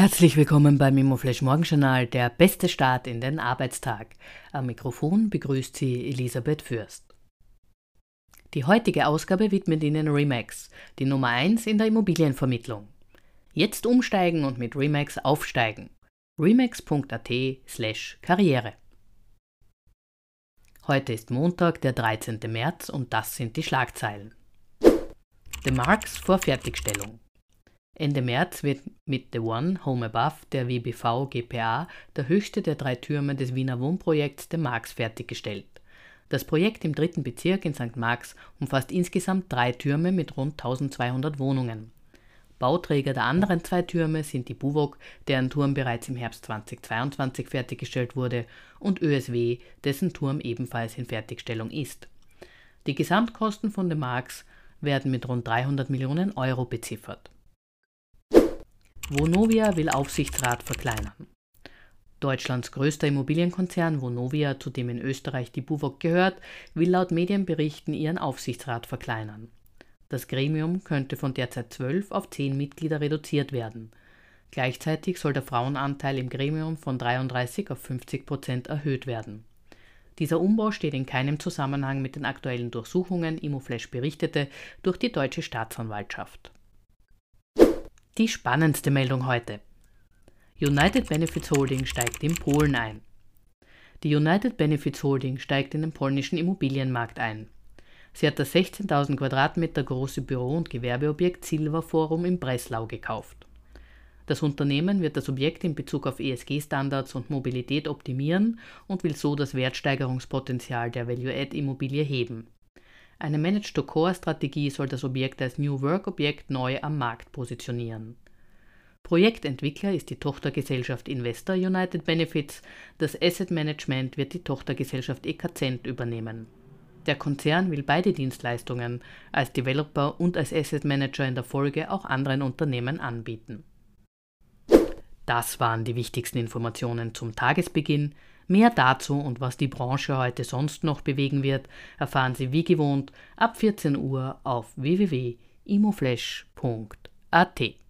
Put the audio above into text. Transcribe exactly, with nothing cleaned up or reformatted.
Herzlich willkommen beim ImmoFlash Morgenjournal, der beste Start in den Arbeitstag. Am Mikrofon begrüßt Sie Elisabeth Fürst. Die heutige Ausgabe widmet Ihnen Remax, die Nummer eins in der Immobilienvermittlung. Jetzt umsteigen und mit Remax aufsteigen. remax punkt a t slash karriere. Heute ist Montag, der dreizehnte März und das sind die Schlagzeilen. The Marks vor Fertigstellung. Ende März wird mit The One Home Above der W B V GmbH der höchste der drei Türme des Wiener Wohnprojekts The Marks fertiggestellt. Das Projekt im dritten Bezirk in Sankt Marx umfasst insgesamt drei Türme mit rund eintausendzweihundert Wohnungen. Bauträger der anderen zwei Türme sind die BUWOG, deren Turm bereits im Herbst zweitausendzweiundzwanzig fertiggestellt wurde, und Ö S W, dessen Turm ebenfalls in Fertigstellung ist. Die Gesamtkosten von The Marks werden mit rund dreihundert Millionen Euro beziffert. Vonovia will Aufsichtsrat verkleinern. Deutschlands größter Immobilienkonzern Vonovia, zu dem in Österreich die BUWOG gehört, will laut Medienberichten ihren Aufsichtsrat verkleinern. Das Gremium könnte von derzeit zwölf auf zehn Mitglieder reduziert werden. Gleichzeitig soll der Frauenanteil im Gremium von dreiunddreißig auf fünfzig Prozent erhöht werden. Dieser Umbau steht in keinem Zusammenhang mit den aktuellen Durchsuchungen, ImmoFlash berichtete, durch die deutsche Staatsanwaltschaft. Die spannendste Meldung heute. United Benefits Holding steigt in Polen ein. Die United Benefits Holding steigt in den polnischen Immobilienmarkt ein. Sie hat das sechzehntausend Quadratmeter große Büro- und Gewerbeobjekt Silva Forum in Breslau gekauft. Das Unternehmen wird das Objekt in Bezug auf E S G-Standards und Mobilität optimieren und will so das Wertsteigerungspotenzial der Value-Add-Immobilie heben. Eine Manage-to-Core-Strategie soll das Objekt als New Work-Objekt neu am Markt positionieren. Projektentwickler ist die Tochtergesellschaft Investor United Benefits, das Asset Management wird die Tochtergesellschaft Ekacent übernehmen. Der Konzern will beide Dienstleistungen als Developer und als Asset Manager in der Folge auch anderen Unternehmen anbieten. Das waren die wichtigsten Informationen zum Tagesbeginn. Mehr dazu und was die Branche heute sonst noch bewegen wird, erfahren Sie wie gewohnt ab vierzehn Uhr auf w w w punkt immoflash punkt a t.